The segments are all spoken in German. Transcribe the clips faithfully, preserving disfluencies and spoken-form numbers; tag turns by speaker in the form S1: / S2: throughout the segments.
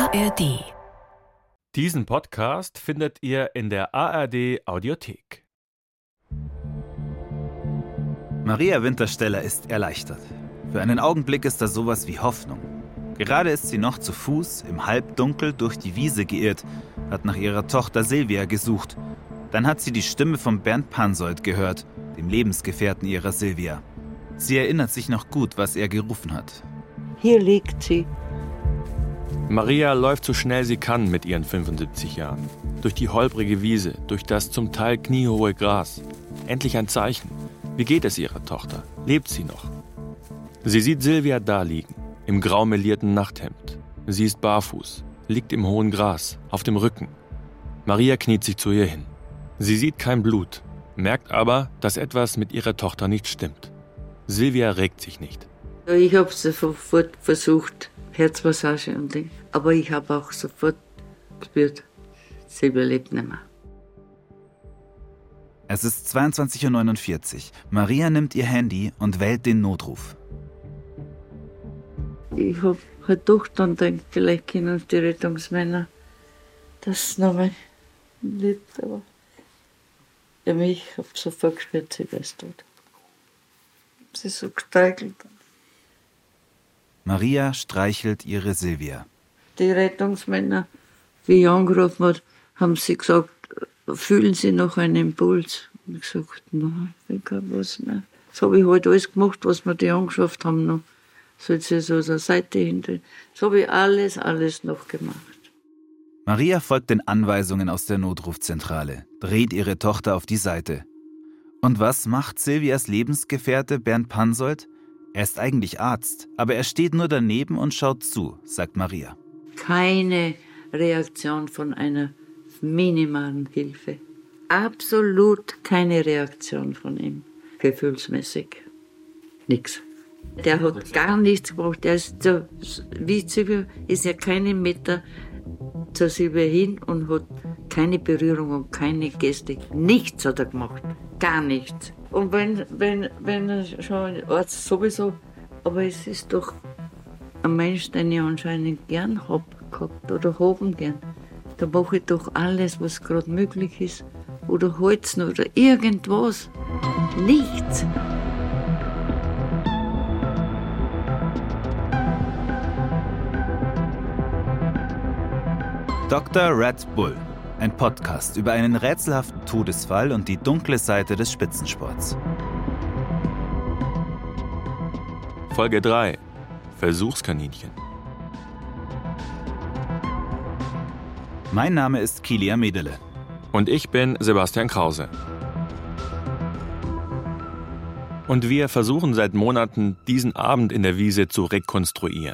S1: A R D.
S2: Diesen Podcast findet ihr in der A R D Audiothek.
S3: Maria Wintersteller ist erleichtert. Für einen Augenblick ist da sowas wie Hoffnung. Gerade ist sie noch zu Fuß im Halbdunkel durch die Wiese geirrt, hat nach ihrer Tochter Silvia gesucht. Dann hat sie die Stimme von Bernd Pansold gehört, dem Lebensgefährten ihrer Silvia. Sie erinnert sich noch gut, was er gerufen hat.
S4: Hier liegt sie.
S2: Maria läuft so schnell sie kann mit ihren fünfundsiebzig Jahren. Durch die holprige Wiese, durch das zum Teil kniehohe Gras. Endlich ein Zeichen. Wie geht es ihrer Tochter? Lebt sie noch? Sie sieht Silvia da liegen, im grau melierten Nachthemd. Sie ist barfuß, liegt im hohen Gras, auf dem Rücken. Maria kniet sich zu ihr hin. Sie sieht kein Blut, merkt aber, dass etwas mit ihrer Tochter nicht stimmt. Silvia regt sich nicht.
S4: Ich habe sofort versucht, Herzmassage und Ding. Aber ich habe auch sofort gespürt, sie überlebt nicht mehr.
S3: Es ist zweiundzwanzig Uhr neunundvierzig. Maria nimmt ihr Handy und wählt den Notruf.
S4: Ich habe halt doch dann gedacht, vielleicht können uns die Rettungsmänner das nochmal nicht. Aber für mich habe ich sofort gespürt, sie ist tot. Sie ist so gestreichelt.
S3: Maria streichelt ihre Silvia.
S4: Die Rettungsmänner, wie ich angerufen habe, haben sie gesagt, fühlen Sie noch einen Impuls? Und ich gesagt, nein, ich kann was mehr. Das habe ich halt alles gemacht, was wir die angeschafft haben noch. Soll sie so zur Seite hindrehen. Das habe ich alles, alles noch gemacht.
S3: Maria folgt den Anweisungen aus der Notrufzentrale, dreht ihre Tochter auf die Seite. Und was macht Silvias Lebensgefährte Bernd Pansold? Er ist eigentlich Arzt, aber er steht nur daneben und schaut zu, sagt Maria.
S4: Keine Reaktion von einer minimalen Hilfe. Absolut keine Reaktion von ihm. Gefühlsmäßig. Nix. Der hat gar nichts gemacht. Der ist so, wie Silvia, ist ja keinen Meter zur Silvia hin und hat keine Berührung und keine Geste. Nichts hat er gemacht. Gar nichts. Und wenn, wenn, wenn er schon ein Arzt sowieso, aber es ist doch ein Mensch, den ich anscheinend gern hab gehabt oder haben gern. Da mache ich doch alles, was gerade möglich ist. Oder Holzen oder irgendwas. Nichts.
S3: Doktor Red Bull, ein Podcast über einen rätselhaften Todesfall und die dunkle Seite des Spitzensports.
S2: Folge drei. Versuchskaninchen.
S3: Mein Name ist Kilia Medele.
S2: Und ich bin Sebastian Krause. Und wir versuchen seit Monaten, diesen Abend in der Wiese zu rekonstruieren.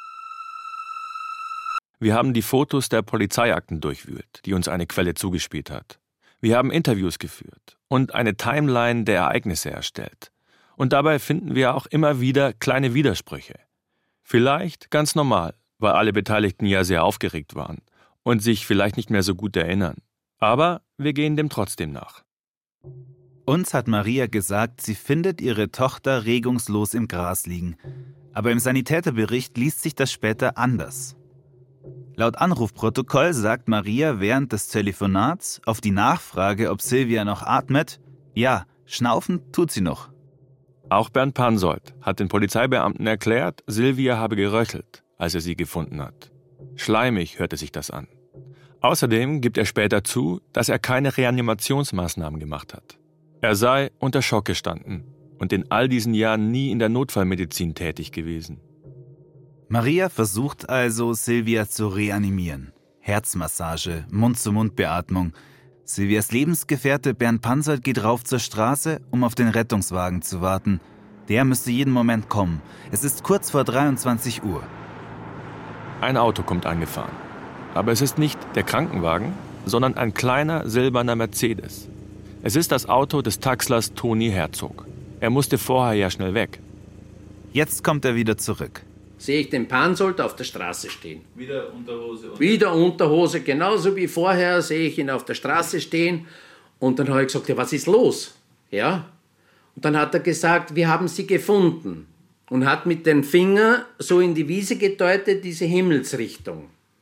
S2: Wir haben die Fotos der Polizeiakten durchwühlt, die uns eine Quelle zugespielt hat. Wir haben Interviews geführt und eine Timeline der Ereignisse erstellt. Und dabei finden wir auch immer wieder kleine Widersprüche. Vielleicht ganz normal, weil alle Beteiligten ja sehr aufgeregt waren und sich vielleicht nicht mehr so gut erinnern. Aber wir gehen dem trotzdem nach.
S3: Uns hat Maria gesagt, sie findet ihre Tochter regungslos im Gras liegen. Aber im Sanitäterbericht liest sich das später anders. Laut Anrufprotokoll sagt Maria während des Telefonats auf die Nachfrage, ob Silvia noch atmet, ja, schnaufen tut sie noch.
S2: Auch Bernd Pansold hat den Polizeibeamten erklärt, Silvia habe geröchelt, als er sie gefunden hat. Schleimig hörte sich das an. Außerdem gibt er später zu, dass er keine Reanimationsmaßnahmen gemacht hat. Er sei unter Schock gestanden und in all diesen Jahren nie in der Notfallmedizin tätig gewesen.
S3: Maria versucht also, Silvia zu reanimieren. Herzmassage, Mund-zu-Mund-Beatmung. Silvias Lebensgefährte Bernd Pansold geht rauf zur Straße, um auf den Rettungswagen zu warten. Der müsste jeden Moment kommen. Es ist kurz vor dreiundzwanzig Uhr.
S2: Ein Auto kommt angefahren. Aber es ist nicht der Krankenwagen, sondern ein kleiner silberner Mercedes. Es ist das Auto des Taxlers Toni Herzog. Er musste vorher ja schnell weg.
S3: Jetzt kommt er wieder zurück.
S5: Sehe ich den Pansold auf der Straße stehen.
S6: Wieder Unterhose. Und
S5: Wieder Unterhose, genauso wie vorher sehe ich ihn auf der Straße stehen. Und dann habe ich gesagt, ja, was ist los? Ja. Und dann hat er gesagt, wir haben sie gefunden. Und hat mit dem Finger so in die Wiese gedeutet, diese Himmelsrichtung.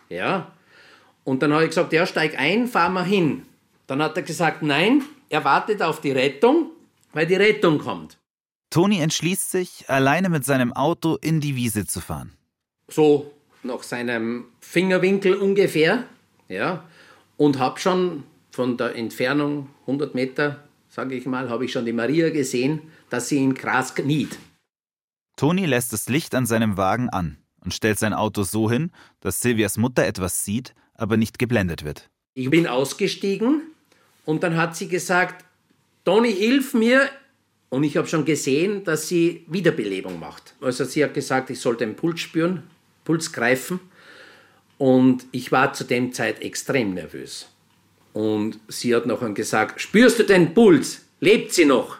S5: Ja. Und dann habe ich gesagt, ja, steig ein, fahr mal hin. Dann hat er gesagt, nein, er wartet auf die Rettung, weil die Rettung kommt.
S3: Toni entschließt sich, alleine mit seinem Auto in die Wiese zu fahren.
S5: So nach seinem Fingerwinkel ungefähr, ja. Und habe schon von der Entfernung hundert Meter, sage ich mal, habe ich schon die Maria gesehen, dass sie im Gras kniet.
S3: Toni lässt das Licht an seinem Wagen an und stellt sein Auto so hin, dass Silvias Mutter etwas sieht, aber nicht geblendet wird.
S5: Ich bin ausgestiegen und dann hat sie gesagt, Toni, hilf mir. Und ich habe schon gesehen, dass sie Wiederbelebung macht. Also sie hat gesagt, ich soll den Puls spüren, Puls greifen. Und ich war zu dem Zeit extrem nervös. Und sie hat nachher gesagt, spürst du den Puls? Lebt sie noch?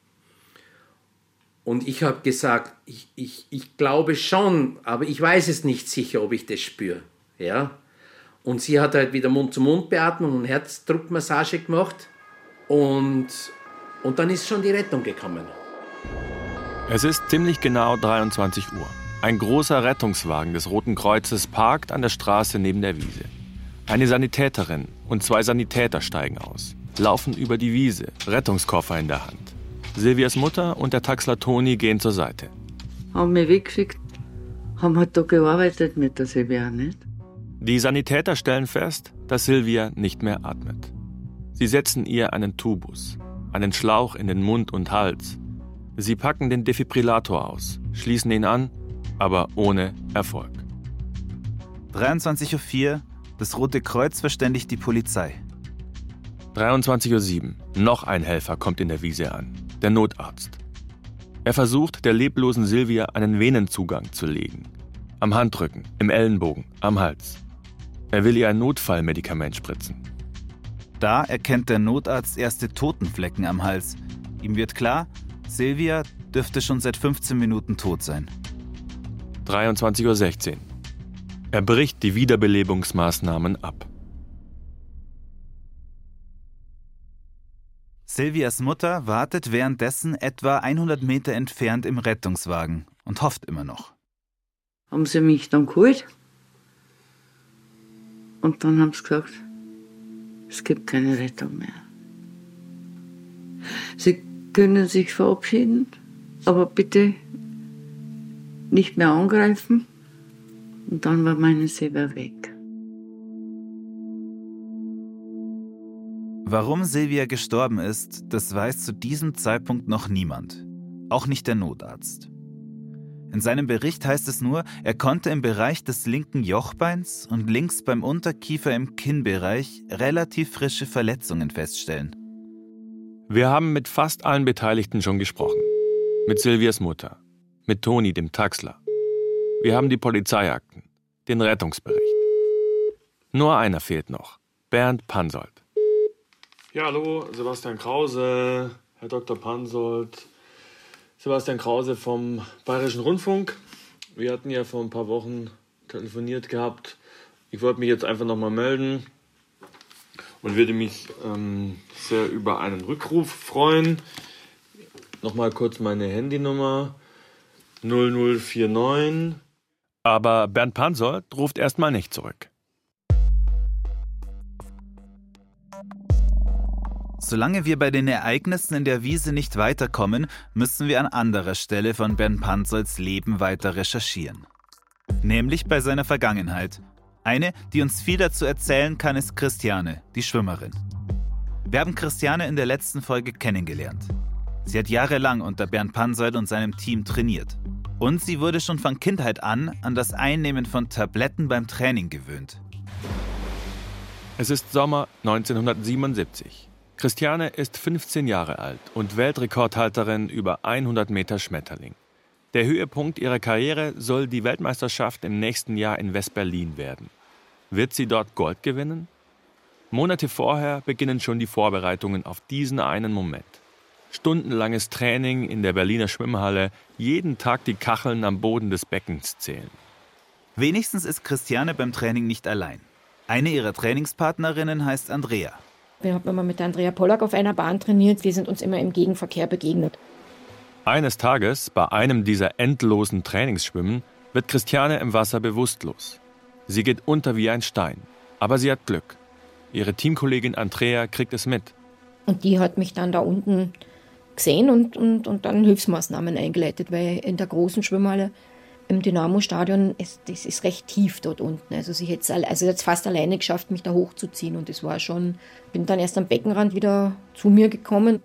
S5: Und ich habe gesagt, ich, ich, ich glaube schon, aber ich weiß es nicht sicher, ob ich das spüre. Ja? Und sie hat halt wieder Mund-zu-Mund-Beatmung und Herzdruckmassage gemacht. Und, und dann ist schon die Rettung gekommen.
S2: Es ist ziemlich genau dreiundzwanzig Uhr. Ein großer Rettungswagen des Roten Kreuzes parkt an der Straße neben der Wiese. Eine Sanitäterin und zwei Sanitäter steigen aus, laufen über die Wiese, Rettungskoffer in der Hand. Silvias Mutter und der Taxler Toni gehen zur Seite.
S4: Haben mich weggeschickt, haben halt da gearbeitet mit der Silvia, nicht?
S2: Die Sanitäter stellen fest, dass Silvia nicht mehr atmet. Sie setzen ihr einen Tubus, einen Schlauch in den Mund und Hals. Sie packen den Defibrillator aus, schließen ihn an, aber ohne Erfolg.
S3: dreiundzwanzig Uhr vier, das Rote Kreuz verständigt die Polizei.
S2: dreiundzwanzig Uhr sieben, noch ein Helfer kommt in der Wiese an, der Notarzt. Er versucht, der leblosen Silvia einen Venenzugang zu legen. Am Handrücken, im Ellenbogen, am Hals. Er will ihr ein Notfallmedikament spritzen.
S3: Da erkennt der Notarzt erste Totenflecken am Hals. Ihm wird klar, Silvia dürfte schon seit fünfzehn Minuten tot sein.
S2: dreiundzwanzig Uhr sechzehn. Er bricht die Wiederbelebungsmaßnahmen ab.
S3: Silvias Mutter wartet währenddessen etwa hundert Meter entfernt im Rettungswagen und hofft immer noch.
S4: Haben sie mich dann geholt und dann haben sie gesagt, es gibt keine Rettung mehr. Sie können sich verabschieden, aber bitte nicht mehr angreifen. Und dann war meine Silvia weg.
S3: Warum Silvia gestorben ist, das weiß zu diesem Zeitpunkt noch niemand. Auch nicht der Notarzt. In seinem Bericht heißt es nur, er konnte im Bereich des linken Jochbeins und links beim Unterkiefer im Kinnbereich relativ frische Verletzungen feststellen.
S2: Wir haben mit fast allen Beteiligten schon gesprochen. Mit Silvias Mutter, mit Toni, dem Taxler. Wir haben die Polizeiakten, den Rettungsbericht. Nur einer fehlt noch, Bernd Pansold.
S1: Ja, hallo, Sebastian Krause, Herr Doktor Pansold. Sebastian Krause vom Bayerischen Rundfunk. Wir hatten ja vor ein paar Wochen telefoniert gehabt. Ich wollte mich jetzt einfach nochmal melden und würde mich ähm, sehr über einen Rückruf freuen. Nochmal kurz meine Handynummer null null vier neun.
S2: Aber Bernd Pansold ruft erstmal nicht zurück.
S3: Solange wir bei den Ereignissen in der Wiese nicht weiterkommen, müssen wir an anderer Stelle von Bernd Pansolds Leben weiter recherchieren. Nämlich bei seiner Vergangenheit. Eine, die uns viel dazu erzählen kann, ist Christiane, die Schwimmerin. Wir haben Christiane in der letzten Folge kennengelernt. Sie hat jahrelang unter Bernd Pansold und seinem Team trainiert. Und sie wurde schon von Kindheit an an das Einnehmen von Tabletten beim Training gewöhnt.
S2: Es ist Sommer neunzehnhundertsiebenundsiebzig. Christiane ist fünfzehn Jahre alt und Weltrekordhalterin über hundert Meter Schmetterling. Der Höhepunkt ihrer Karriere soll die Weltmeisterschaft im nächsten Jahr in West-Berlin werden. Wird sie dort Gold gewinnen? Monate vorher beginnen schon die Vorbereitungen auf diesen einen Moment. Stundenlanges Training in der Berliner Schwimmhalle, jeden Tag die Kacheln am Boden des Beckens zählen.
S3: Wenigstens ist Christiane beim Training nicht allein. Eine ihrer Trainingspartnerinnen heißt Andrea.
S6: Wir haben immer mit der Andrea Pollack auf einer Bahn trainiert. Wir sind uns immer im Gegenverkehr begegnet.
S2: Eines Tages, bei einem dieser endlosen Trainingsschwimmen, wird Christiane im Wasser bewusstlos. Sie geht unter wie ein Stein. Aber sie hat Glück. Ihre Teamkollegin Andrea kriegt es mit.
S6: Und die hat mich dann da unten gesehen und, und, und dann Hilfsmaßnahmen eingeleitet, weil in der großen Schwimmhalle im Dynamo-Stadion, ist, das ist recht tief dort unten. Also sie hätte es also jetzt fast alleine geschafft, mich da hochzuziehen. Und das war schon, bin dann erst am Beckenrand wieder zu mir gekommen.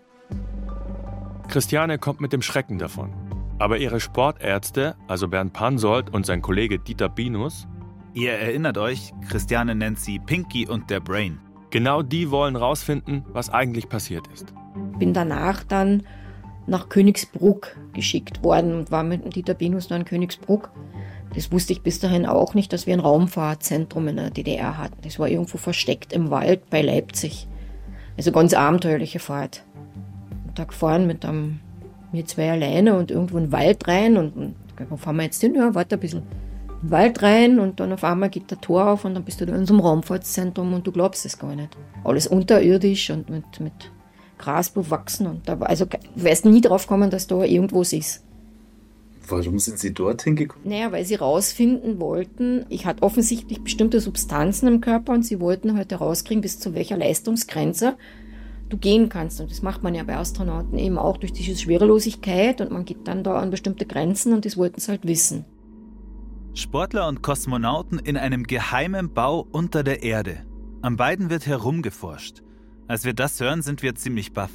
S2: Christiane kommt mit dem Schrecken davon. Aber ihre Sportärzte, also Bernd Pansold und sein Kollege Dieter Binus,
S3: ihr erinnert euch, Christiane nennt sie Pinky und der Brain.
S2: Genau die wollen rausfinden, was eigentlich passiert ist.
S6: Bin danach dann nach Königsbruck geschickt worden und war mit Dieter Binus dann in Königsbruck. Das wusste ich bis dahin auch nicht, dass wir ein Raumfahrtzentrum in der D D R hatten. Das war irgendwo versteckt im Wald bei Leipzig. Also ganz abenteuerliche Fahrt. Und da gefahren mit einem, mir zwei alleine und irgendwo in den Wald rein. Und, und wo fahren wir jetzt hin? Ja, warte ein bisschen. In den Wald rein und dann auf einmal geht der Tor auf und dann bist du da in so einem Raumfahrtzentrum und du glaubst es gar nicht. Alles unterirdisch und mit, mit Gras bewachsen. Und da war, also du wärst nie drauf gekommen, dass da irgendwas ist.
S7: Warum sind Sie dorthin gekommen?
S6: Naja, weil sie rausfinden wollten, ich hatte offensichtlich bestimmte Substanzen im Körper und sie wollten halt herauskriegen, bis zu welcher Leistungsgrenze du gehen kannst. Und das macht man ja bei Astronauten eben auch durch diese Schwerelosigkeit und man geht dann da an bestimmte Grenzen und das wollten sie halt wissen.
S3: Sportler und Kosmonauten in einem geheimen Bau unter der Erde. An beiden wird herumgeforscht. Als wir das hören, sind wir ziemlich baff.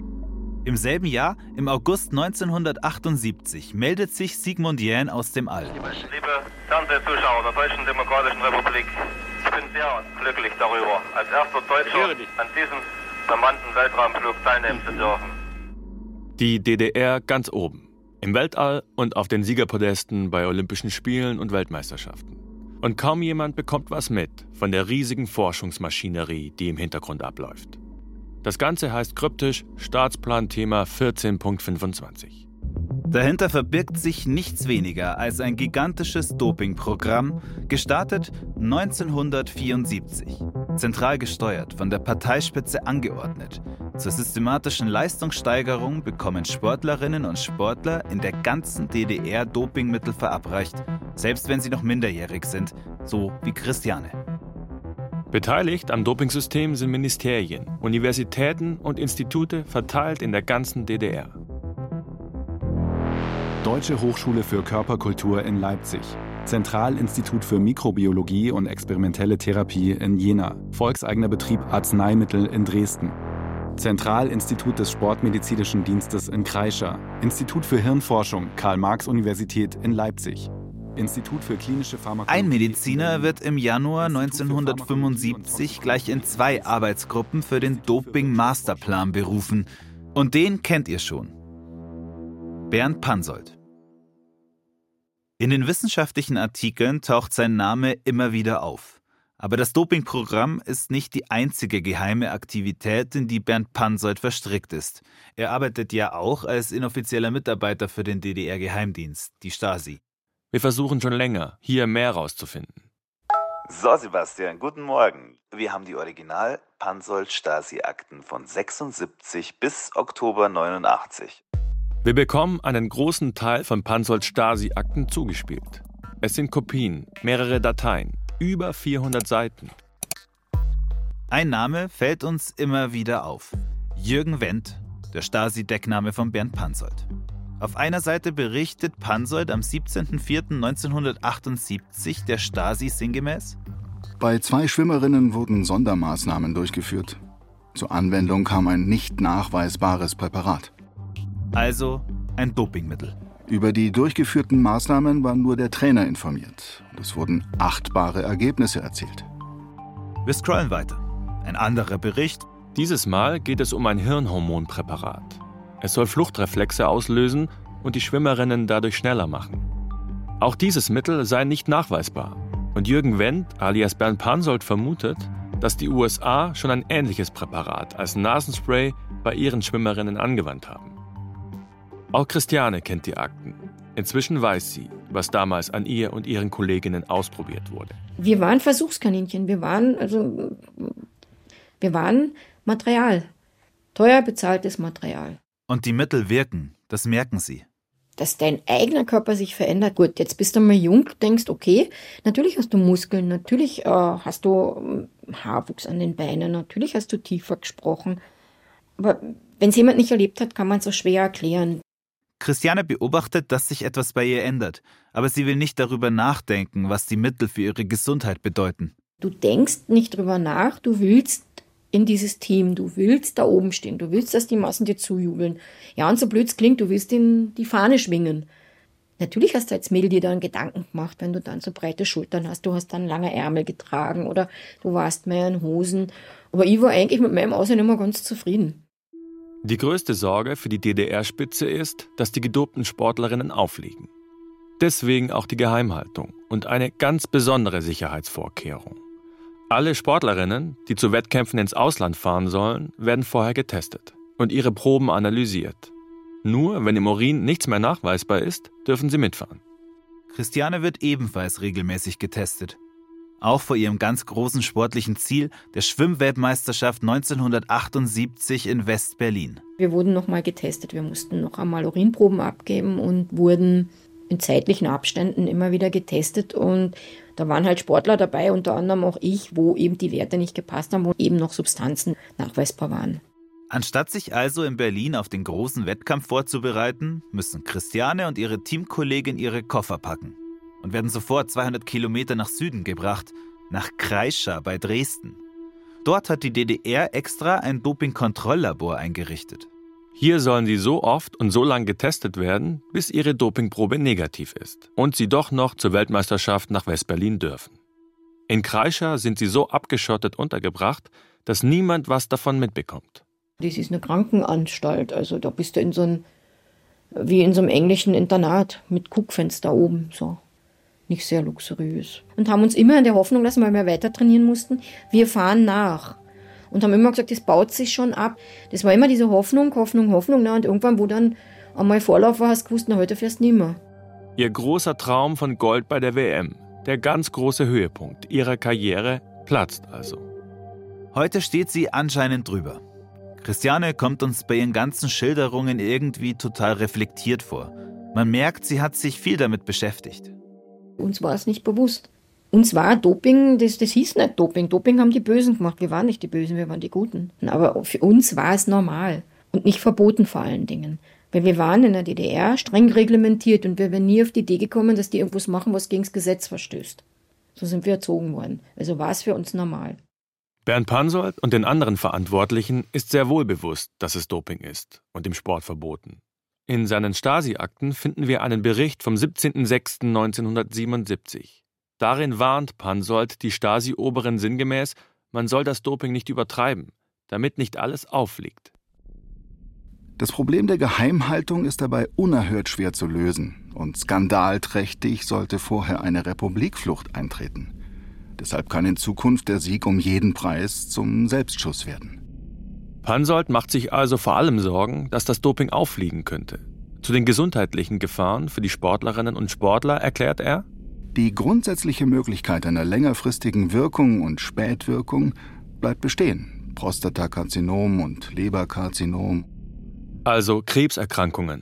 S3: Im selben Jahr, im August neunzehnhundertachtundsiebzig, meldet sich Sigmund Jähn aus dem All.
S8: Liebe Fernsehzuschauer der Deutschen Demokratischen Republik, ich bin sehr glücklich darüber, als erster Deutscher an diesem bemannten Weltraumflug teilnehmen zu dürfen.
S2: Die D D R ganz oben. Im Weltall und auf den Siegerpodesten bei Olympischen Spielen und Weltmeisterschaften. Und kaum jemand bekommt was mit von der riesigen Forschungsmaschinerie, die im Hintergrund abläuft. Das Ganze heißt kryptisch Staatsplan-Thema vierzehn Punkt fünfundzwanzig.
S3: Dahinter verbirgt sich nichts weniger als ein gigantisches Dopingprogramm, gestartet neunzehnhundertvierundsiebzig. Zentral gesteuert, von der Parteispitze angeordnet. Zur systematischen Leistungssteigerung bekommen Sportlerinnen und Sportler in der ganzen D D R Dopingmittel verabreicht, selbst wenn sie noch minderjährig sind, so wie Christiane.
S2: Beteiligt am Dopingsystem sind Ministerien, Universitäten und Institute verteilt in der ganzen D D R.
S9: Deutsche Hochschule für Körperkultur in Leipzig, Zentralinstitut für Mikrobiologie und experimentelle Therapie in Jena, volkseigener Betrieb Arzneimittel in Dresden, Zentralinstitut des Sportmedizinischen Dienstes in Kreischer, Institut für Hirnforschung Karl-Marx-Universität in Leipzig, Institut für klinische Pharmakologie.
S3: Ein Mediziner wird im Januar neunzehnhundertfünfundsiebzig gleich in zwei Arbeitsgruppen für den Doping-Masterplan berufen. Und den kennt ihr schon. Bernd Pansold. In den wissenschaftlichen Artikeln taucht sein Name immer wieder auf. Aber das Dopingprogramm ist nicht die einzige geheime Aktivität, in die Bernd Pansold verstrickt ist. Er arbeitet ja auch als inoffizieller Mitarbeiter für den D D R-Geheimdienst, die Stasi.
S2: Wir versuchen schon länger, hier mehr rauszufinden.
S10: So, Sebastian, guten Morgen. Wir haben die Original-Pansold-Stasi-Akten von sechsundsiebzig bis Oktober neunundachtzig.
S2: Wir bekommen einen großen Teil von Pansolds Stasi-Akten zugespielt. Es sind Kopien, mehrere Dateien, über vierhundert Seiten.
S3: Ein Name fällt uns immer wieder auf. Jürgen Wendt, der Stasi-Deckname von Bernd Pansold. Auf einer Seite berichtet Pansold am siebzehnten vierten neunzehnhundertachtundsiebzig der Stasi sinngemäß:
S11: Bei zwei Schwimmerinnen wurden Sondermaßnahmen durchgeführt. Zur Anwendung kam ein nicht nachweisbares Präparat.
S3: Also ein Dopingmittel.
S11: Über die durchgeführten Maßnahmen war nur der Trainer informiert. Und es wurden achtbare Ergebnisse erzielt.
S3: Wir scrollen weiter. Ein anderer Bericht.
S2: Dieses Mal geht es um ein Hirnhormonpräparat. Es soll Fluchtreflexe auslösen und die Schwimmerinnen dadurch schneller machen. Auch dieses Mittel sei nicht nachweisbar. Und Jürgen Wendt, alias Bernd Pansold, vermutet, dass die U S A schon ein ähnliches Präparat als Nasenspray bei ihren Schwimmerinnen angewandt haben. Auch Christiane kennt die Akten. Inzwischen weiß sie, was damals an ihr und ihren Kolleginnen ausprobiert wurde.
S6: Wir waren Versuchskaninchen. Wir waren, also, wir waren Material. Teuer bezahltes Material.
S3: Und die Mittel wirken, das merken sie.
S6: dass dein eigener Körper sich verändert. Gut, jetzt bist du mal jung, denkst, okay, natürlich hast du Muskeln, natürlich äh, hast du Haarwuchs an den Beinen, natürlich hast du tiefer gesprochen. Aber wenn es jemand nicht erlebt hat, kann man es so schwer erklären.
S3: Christiane beobachtet, dass sich etwas bei ihr ändert, aber sie will nicht darüber nachdenken, was die Mittel für ihre Gesundheit bedeuten.
S6: Du denkst nicht drüber nach, du willst in dieses Team, du willst da oben stehen, du willst, dass die Massen dir zujubeln. Ja, und so blöd es klingt, du willst in die Fahne schwingen. Natürlich hast du als Mädel dir dann Gedanken gemacht, wenn du dann so breite Schultern hast, du hast dann lange Ärmel getragen oder du warst mehr in Hosen. Aber ich war eigentlich mit meinem Aussehen immer ganz zufrieden.
S2: Die größte Sorge für die D D R-Spitze ist, dass die gedopten Sportlerinnen auffliegen. Deswegen auch die Geheimhaltung und eine ganz besondere Sicherheitsvorkehrung. Alle Sportlerinnen, die zu Wettkämpfen ins Ausland fahren sollen, werden vorher getestet und ihre Proben analysiert. Nur wenn im Urin nichts mehr nachweisbar ist, dürfen sie mitfahren.
S3: Christiane wird ebenfalls regelmäßig getestet. Auch vor ihrem ganz großen sportlichen Ziel, der Schwimmweltmeisterschaft neunzehnhundertachtundsiebzig in West-Berlin.
S6: Wir wurden nochmal getestet, wir mussten noch einmal Urinproben abgeben und wurden in zeitlichen Abständen immer wieder getestet. Und da waren halt Sportler dabei, unter anderem auch ich, wo eben die Werte nicht gepasst haben, wo eben noch Substanzen nachweisbar waren.
S3: Anstatt sich also in Berlin auf den großen Wettkampf vorzubereiten, müssen Christiane und ihre Teamkollegin ihre Koffer packen und werden sofort zweihundert Kilometer nach Süden gebracht, nach Kreischa bei Dresden. Dort hat die D D R extra ein Dopingkontrolllabor eingerichtet.
S2: Hier sollen sie so oft und so lang getestet werden, bis ihre Dopingprobe negativ ist und sie doch noch zur Weltmeisterschaft nach West-Berlin dürfen. In Kreischa sind sie so abgeschottet untergebracht, dass niemand was davon mitbekommt.
S6: Das ist eine Krankenanstalt, also da bist du in so einem, wie in so einem englischen Internat mit Guckfenster oben, so. Nicht sehr luxuriös. Und haben uns immer in der Hoffnung, dass wir mehr weiter trainieren mussten, wir fahren nach. Und haben immer gesagt, das baut sich schon ab. Das war immer diese Hoffnung, Hoffnung, Hoffnung. Ne? Und irgendwann, wo dann einmal Vorlauf war, hast du gewusst, na, heute fährst du nicht mehr.
S2: Ihr großer Traum von Gold bei der W M, der ganz große Höhepunkt ihrer Karriere, platzt also.
S3: Heute steht sie anscheinend drüber. Christiane kommt uns bei ihren ganzen Schilderungen irgendwie total reflektiert vor. Man merkt, sie hat sich viel damit beschäftigt.
S6: Uns war es nicht bewusst. Uns war Doping, das, das hieß nicht Doping. Doping haben die Bösen gemacht. Wir waren nicht die Bösen, wir waren die Guten. Aber für uns war es normal und nicht verboten vor allen Dingen. Weil wir waren in der D D R streng reglementiert und wir wären nie auf die Idee gekommen, dass die irgendwas machen, was gegen das Gesetz verstößt. So sind wir erzogen worden. Also war es für uns normal.
S2: Bernd Pansold und den anderen Verantwortlichen ist sehr wohl bewusst, dass es Doping ist und im Sport verboten. In seinen Stasi-Akten finden wir einen Bericht vom siebzehnten sechsten neunzehnhundertsiebenundsiebzig. Darin warnt Pansold die Stasi-Oberin sinngemäß, man soll das Doping nicht übertreiben, damit nicht alles auffliegt.
S11: Das Problem der Geheimhaltung ist dabei unerhört schwer zu lösen und skandalträchtig sollte vorher eine Republikflucht eintreten. Deshalb kann in Zukunft der Sieg um jeden Preis zum Selbstschuss werden.
S2: Pansold macht sich also vor allem Sorgen, dass das Doping auffliegen könnte. Zu den gesundheitlichen Gefahren für die Sportlerinnen und Sportler erklärt er:
S11: Die grundsätzliche Möglichkeit einer längerfristigen Wirkung und Spätwirkung bleibt bestehen. Prostatakarzinom und Leberkarzinom.
S2: Also Krebserkrankungen.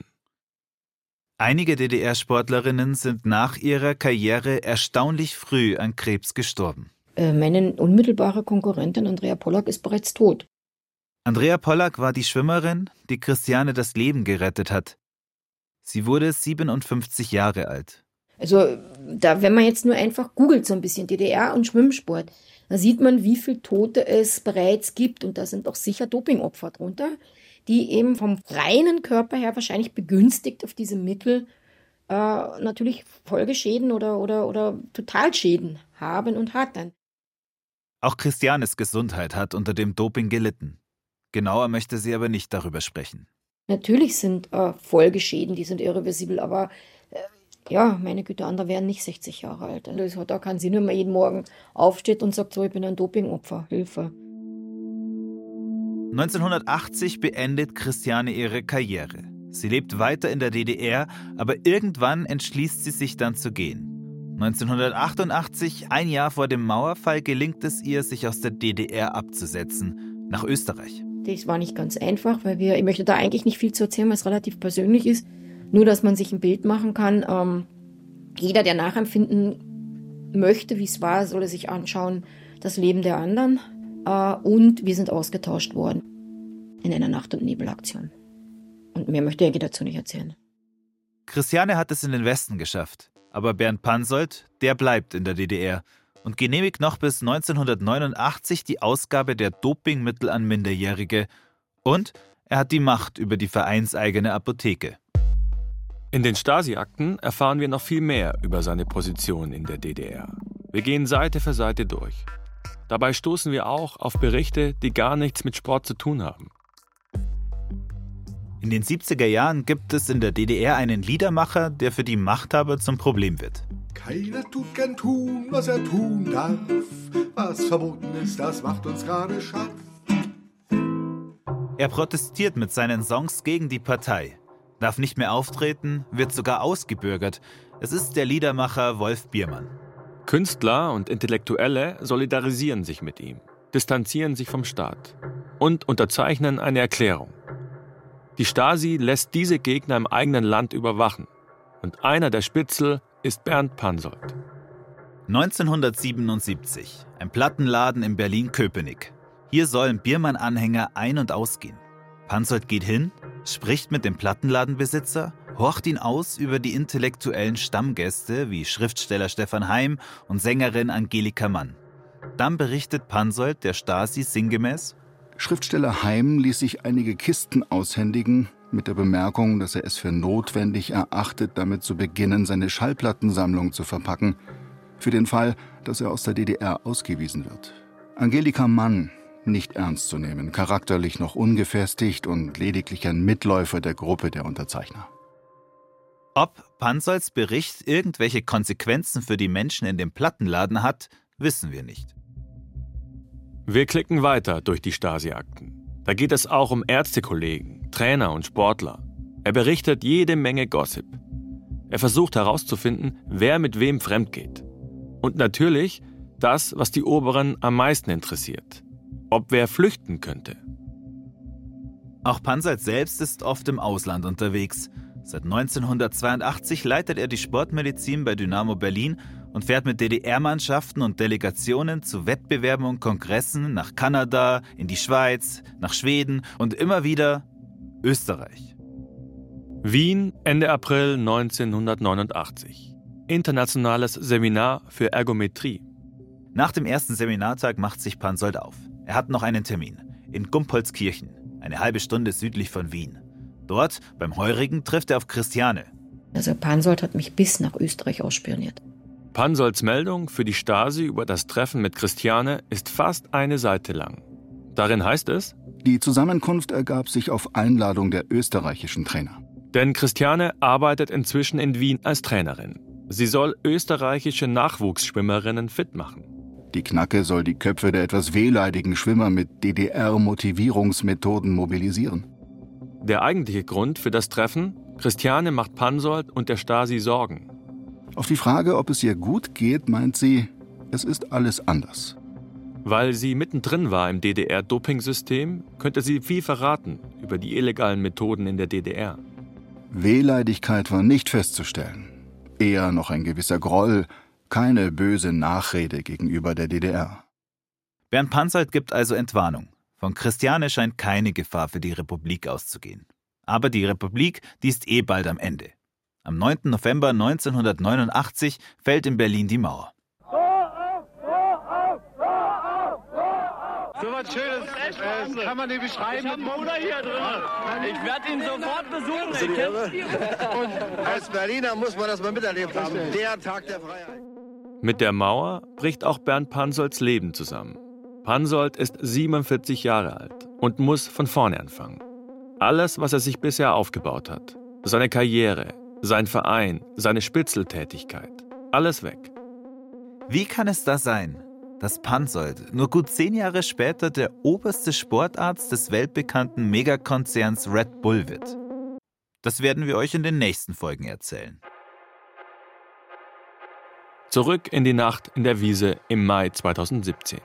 S3: Einige D D R-Sportlerinnen sind nach ihrer Karriere erstaunlich früh an Krebs gestorben.
S6: Äh, meine unmittelbare Konkurrentin Andrea Pollack ist bereits tot.
S3: Andrea Pollack war die Schwimmerin, die Christiane das Leben gerettet hat. Sie wurde siebenundfünfzig Jahre alt.
S6: Also, da, wenn man jetzt nur einfach googelt, so ein bisschen D D R und Schwimmsport, da sieht man, wie viele Tote es bereits gibt. Und da sind auch sicher Dopingopfer drunter, die eben vom reinen Körper her wahrscheinlich begünstigt auf diese Mittel äh, natürlich Folgeschäden oder, oder, oder Totalschäden haben und hatten.
S3: Auch Christianes Gesundheit hat unter dem Doping gelitten. Genauer möchte sie aber nicht darüber sprechen.
S6: Natürlich sind äh, Folgeschäden, die sind irreversibel, aber äh, ja, meine Güte, andere werden nicht sechzig Jahre alt. Also es hat auch keinen Sinn, wenn man jeden Morgen aufsteht und sagt, so, ich bin ein Dopingopfer, Hilfe.
S3: neunzehnhundertachtzig beendet Christiane ihre Karriere. Sie lebt weiter in der D D R, aber irgendwann entschließt sie sich dann zu gehen. neunzehnhundertachtundachtzig, ein Jahr vor dem Mauerfall, gelingt es ihr, sich aus der D D R abzusetzen, nach Österreich.
S6: Das war nicht ganz einfach, weil wir, ich möchte da eigentlich nicht viel zu erzählen, weil es relativ persönlich ist. Nur, dass man sich ein Bild machen kann. Ähm, jeder, der nachempfinden möchte, wie es war, soll er sich anschauen, das Leben der anderen. Äh, und wir sind ausgetauscht worden in einer Nacht- und Nebelaktion. Und mehr möchte ich dazu nicht erzählen.
S3: Christiane hat es in den Westen geschafft. Aber Bernd Pansold, der bleibt in der D D R und genehmigt noch bis neunzehnhundertneunundachtzig die Ausgabe der Dopingmittel an Minderjährige. Und er hat die Macht über die vereinseigene Apotheke.
S2: In den Stasi-Akten erfahren wir noch viel mehr über seine Position in der D D R. Wir gehen Seite für Seite durch. Dabei stoßen wir auch auf Berichte, die gar nichts mit Sport zu tun haben.
S3: In den siebziger Jahren gibt es in der D D R einen Liedermacher, der für die Machthaber zum Problem wird.
S12: Keiner tut gern tun, was er tun darf. Was verboten ist, das macht uns gerade scharf.
S3: Er protestiert mit seinen Songs gegen die Partei, darf nicht mehr auftreten, wird sogar ausgebürgert. Es ist der Liedermacher Wolf Biermann.
S2: Künstler und Intellektuelle solidarisieren sich mit ihm, distanzieren sich vom Staat und unterzeichnen eine Erklärung. Die Stasi lässt diese Gegner im eigenen Land überwachen. Und einer der Spitzel ist Bernd Pansold.
S3: neunzehnhundertsiebenundsiebzig, ein Plattenladen in Berlin-Köpenick. Hier sollen Biermann-Anhänger ein- und ausgehen. Pansold geht hin, spricht mit dem Plattenladenbesitzer, horcht ihn aus über die intellektuellen Stammgäste wie Schriftsteller Stefan Heym und Sängerin Angelika Mann. Dann berichtet Pansold der Stasi sinngemäß:
S11: Schriftsteller Heym ließ sich einige Kisten aushändigen, mit der Bemerkung, dass er es für notwendig erachtet, damit zu beginnen, seine Schallplattensammlung zu verpacken, für den Fall, dass er aus der D D R ausgewiesen wird. Angelika Mann, nicht ernst zu nehmen, charakterlich noch ungefestigt und lediglich ein Mitläufer der Gruppe der Unterzeichner.
S3: Ob Pansolds Bericht irgendwelche Konsequenzen für die Menschen in dem Plattenladen hat, wissen wir nicht.
S2: Wir klicken weiter durch die Stasi-Akten. Da geht es auch um Ärztekollegen, Trainer und Sportler. Er berichtet jede Menge Gossip. Er versucht herauszufinden, wer mit wem fremdgeht. Und natürlich das, was die Oberen am meisten interessiert. Ob wer flüchten könnte.
S3: Auch Pansold selbst ist oft im Ausland unterwegs. Seit neunzehnhundertzweiundachtzig leitet er die Sportmedizin bei Dynamo Berlin und fährt mit D D R-Mannschaften und Delegationen zu Wettbewerben und Kongressen nach Kanada, in die Schweiz, nach Schweden und immer wieder Österreich.
S2: Wien, Ende April neunzehnhundertneunundachtzig. Internationales Seminar für Ergometrie.
S3: Nach dem ersten Seminartag macht sich Pansold auf. Er hat noch einen Termin in Gumpoldskirchen, eine halbe Stunde südlich von Wien. Dort, beim Heurigen, trifft er auf Christiane.
S6: Also Pansold hat mich bis nach Österreich ausspioniert.
S2: Pansolds Meldung für die Stasi über das Treffen mit Christiane ist fast eine Seite lang. Darin heißt es:
S11: Die Zusammenkunft ergab sich auf Einladung der österreichischen Trainer.
S2: Denn Christiane arbeitet inzwischen in Wien als Trainerin. Sie soll österreichische Nachwuchsschwimmerinnen fit machen.
S11: Die Knacke soll die Köpfe der etwas wehleidigen Schwimmer mit D D R-Motivierungsmethoden mobilisieren.
S2: Der eigentliche Grund für das Treffen: Christiane macht Pansold und der Stasi Sorgen.
S11: Auf die Frage, ob es ihr gut geht, meint sie, es ist alles anders.
S2: Weil sie mittendrin war im D D R-Dopingsystem, könnte sie viel verraten über die illegalen Methoden in der D D R.
S11: Wehleidigkeit war nicht festzustellen. Eher noch ein gewisser Groll, keine böse Nachrede gegenüber der D D R.
S3: Bernd Pansold gibt also Entwarnung. Von Christiane scheint keine Gefahr für die Republik auszugehen. Aber die Republik, die ist eh bald am Ende. Am neunten November neunzehnhundertneunundachtzig fällt in Berlin die Mauer.
S13: So was Schönes äh, kann man nicht beschreiben. Ich habe einen Bruder hier drin. Ich werde ihn sofort besuchen. Und als Berliner muss man das mal miterlebt haben. Der Tag der Freiheit.
S2: Mit der Mauer bricht auch Bernd Pansolds Leben zusammen. Pansold ist siebenundvierzig Jahre alt und muss von vorne anfangen. Alles, was er sich bisher aufgebaut hat, seine Karriere, sein Verein, seine Spitzeltätigkeit, alles weg.
S3: Wie kann es da sein, dass Pansold nur gut zehn Jahre später der oberste Sportarzt des weltbekannten Megakonzerns Red Bull wird? Das werden wir euch in den nächsten Folgen erzählen.
S2: Zurück in die Nacht in der Wiese im Mai zweitausendsiebzehn.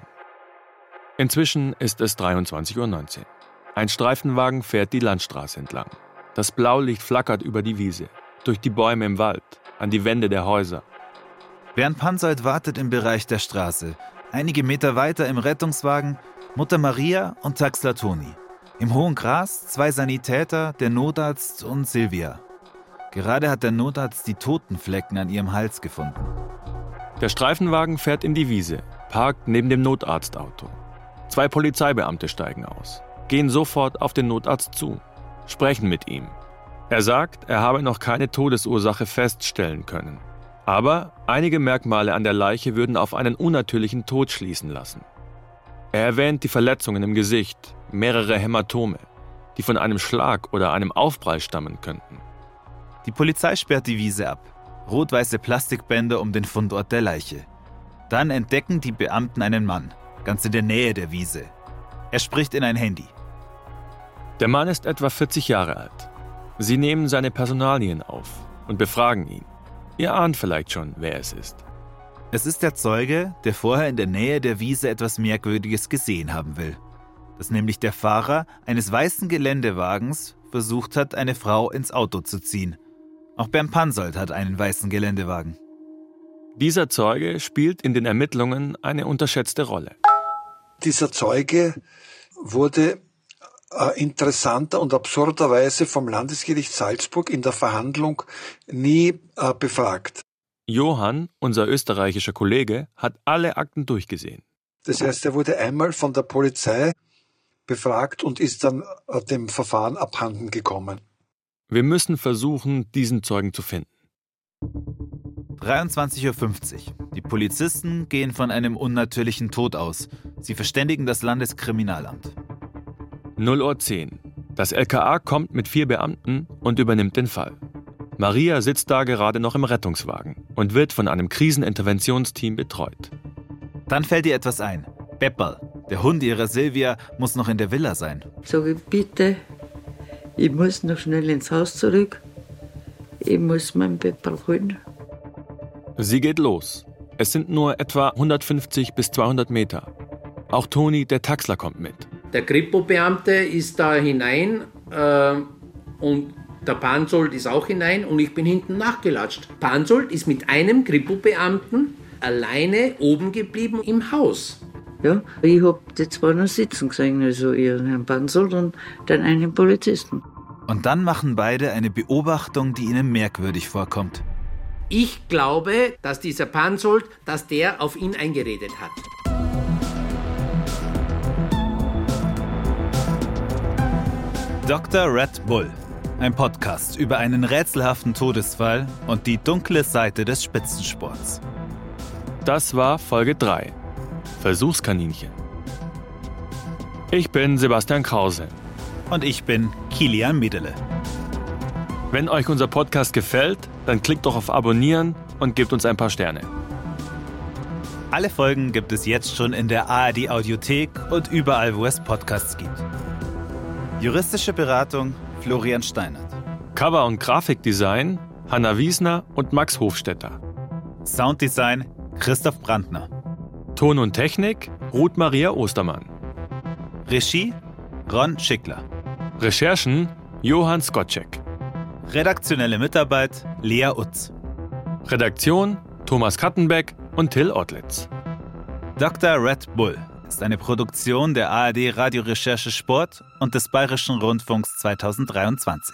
S2: Inzwischen ist es dreiundzwanzig Uhr neunzehn. Ein Streifenwagen fährt die Landstraße entlang. Das Blaulicht flackert über die Wiese, durch die Bäume im Wald, an die Wände der Häuser.
S3: Bernd Pansold wartet im Bereich der Straße. Einige Meter weiter im Rettungswagen Mutter Maria und Taxler Toni. Im hohen Gras zwei Sanitäter, der Notarzt und Silvia. Gerade hat der Notarzt die Totenflecken an ihrem Hals gefunden.
S2: Der Streifenwagen fährt in die Wiese, parkt neben dem Notarztauto. Zwei Polizeibeamte steigen aus, gehen sofort auf den Notarzt zu, sprechen mit ihm. Er sagt, er habe noch keine Todesursache feststellen können. Aber einige Merkmale an der Leiche würden auf einen unnatürlichen Tod schließen lassen. Er erwähnt die Verletzungen im Gesicht, mehrere Hämatome, die von einem Schlag oder einem Aufprall stammen könnten.
S3: Die Polizei sperrt die Wiese ab. Rot-weiße Plastikbänder um den Fundort der Leiche. Dann entdecken die Beamten einen Mann, ganz in der Nähe der Wiese. Er spricht in ein Handy.
S2: Der Mann ist etwa vierzig Jahre alt. Sie nehmen seine Personalien auf und befragen ihn. Ihr ahnt vielleicht schon, wer es ist.
S3: Es ist der Zeuge, der vorher in der Nähe der Wiese etwas Merkwürdiges gesehen haben will. Dass nämlich der Fahrer eines weißen Geländewagens versucht hat, eine Frau ins Auto zu ziehen. Auch Bernd Pansold hat einen weißen Geländewagen.
S2: Dieser Zeuge spielt in den Ermittlungen eine unterschätzte Rolle.
S14: Dieser Zeuge wurde äh, interessanter und absurderweise vom Landesgericht Salzburg in der Verhandlung nie äh, befragt.
S2: Johann, unser österreichischer Kollege, hat alle Akten durchgesehen.
S14: Das heißt, er wurde einmal von der Polizei befragt und ist dann äh, dem Verfahren abhanden gekommen.
S2: Wir müssen versuchen, diesen Zeugen zu finden.
S3: dreiundzwanzig Uhr fünfzig. Die Polizisten gehen von einem unnatürlichen Tod aus. Sie verständigen das Landeskriminalamt.
S2: null Uhr zehn. Das L K A kommt mit vier Beamten und übernimmt den Fall. Maria sitzt da gerade noch im Rettungswagen und wird von einem Kriseninterventionsteam betreut.
S3: Dann fällt ihr etwas ein. Bepperl, der Hund ihrer Silvia, muss noch in der Villa sein.
S4: Sag ich, bitte, ich muss noch schnell ins Haus zurück. Ich muss meinen Bepperl holen.
S2: Sie geht los. Es sind nur etwa hundertfünfzig bis zweihundert Meter. Auch Toni, der Taxler, kommt mit.
S5: Der Kripo-Beamte ist da hinein äh, und der Pansold ist auch hinein und ich bin hinten nachgelatscht. Pansold ist mit einem Kripo-Beamten alleine oben geblieben im Haus.
S4: Ja, ich hab die zwei noch sitzen gesehen, also ihren Herrn Pansold und dann einen Polizisten.
S3: Und dann machen beide eine Beobachtung, die ihnen merkwürdig vorkommt.
S5: Ich glaube, dass dieser Pansold, dass der auf ihn eingeredet hat.
S3: Doktor Red Bull, ein Podcast über einen rätselhaften Todesfall und die dunkle Seite des Spitzensports.
S2: Das war Folge drei. Versuchskaninchen. Ich bin Sebastian Krause.
S3: Und ich bin Kilian Miedele.
S2: Wenn euch unser Podcast gefällt, dann klickt doch auf Abonnieren und gebt uns ein paar Sterne.
S3: Alle Folgen gibt es jetzt schon in der A R D Audiothek und überall, wo es Podcasts gibt. Juristische Beratung Florian Steinert.
S2: Cover- und Grafikdesign Hanna Wiesner und Max Hofstetter.
S3: Sounddesign Christoph Brandner.
S2: Ton und Technik Ruth Maria Ostermann.
S3: Regie Ron Schickler.
S2: Recherchen Johann Skoczek.
S3: Redaktionelle Mitarbeit Lea Utz.
S2: Redaktion Thomas Kattenbeck und Till Ottlitz.
S3: Doktor Red Bull ist eine Produktion der A R D Radiorecherche Sport und des Bayerischen Rundfunks zweitausenddreiundzwanzig.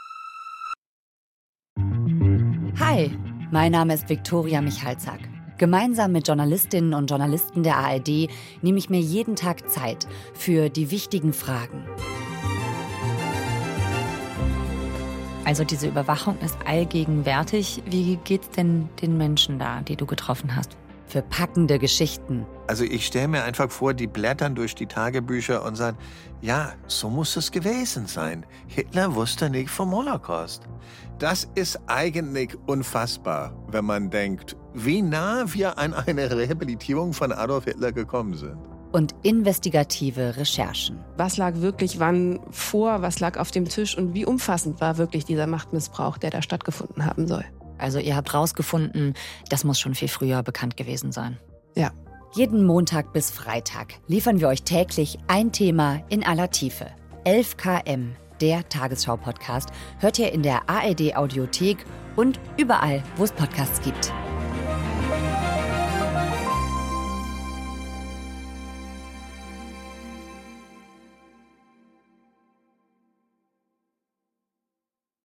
S15: Hi, mein Name ist Viktoria Michalzack. Gemeinsam mit Journalistinnen und Journalisten der A R D nehme ich mir jeden Tag Zeit für die wichtigen Fragen.
S16: Also diese Überwachung ist allgegenwärtig. Wie geht's denn den Menschen da, die du getroffen hast?
S15: Für packende Geschichten.
S17: Also ich stelle mir einfach vor, die blättern durch die Tagebücher und sagen, ja, so muss es gewesen sein. Hitler wusste nicht vom Holocaust. Das ist eigentlich unfassbar, wenn man denkt, wie nah wir an eine Rehabilitierung von Adolf Hitler gekommen sind.
S15: Und investigative Recherchen.
S18: Was lag wirklich wann vor, was lag auf dem Tisch und wie umfassend war wirklich dieser Machtmissbrauch, der da stattgefunden haben soll.
S16: Also ihr habt rausgefunden, das muss schon viel früher bekannt gewesen sein.
S18: Ja.
S15: Jeden Montag bis Freitag liefern wir euch täglich ein Thema in aller Tiefe. elf Kilometer, der Tagesschau-Podcast, hört ihr in der A R D-Audiothek und überall, wo es Podcasts gibt.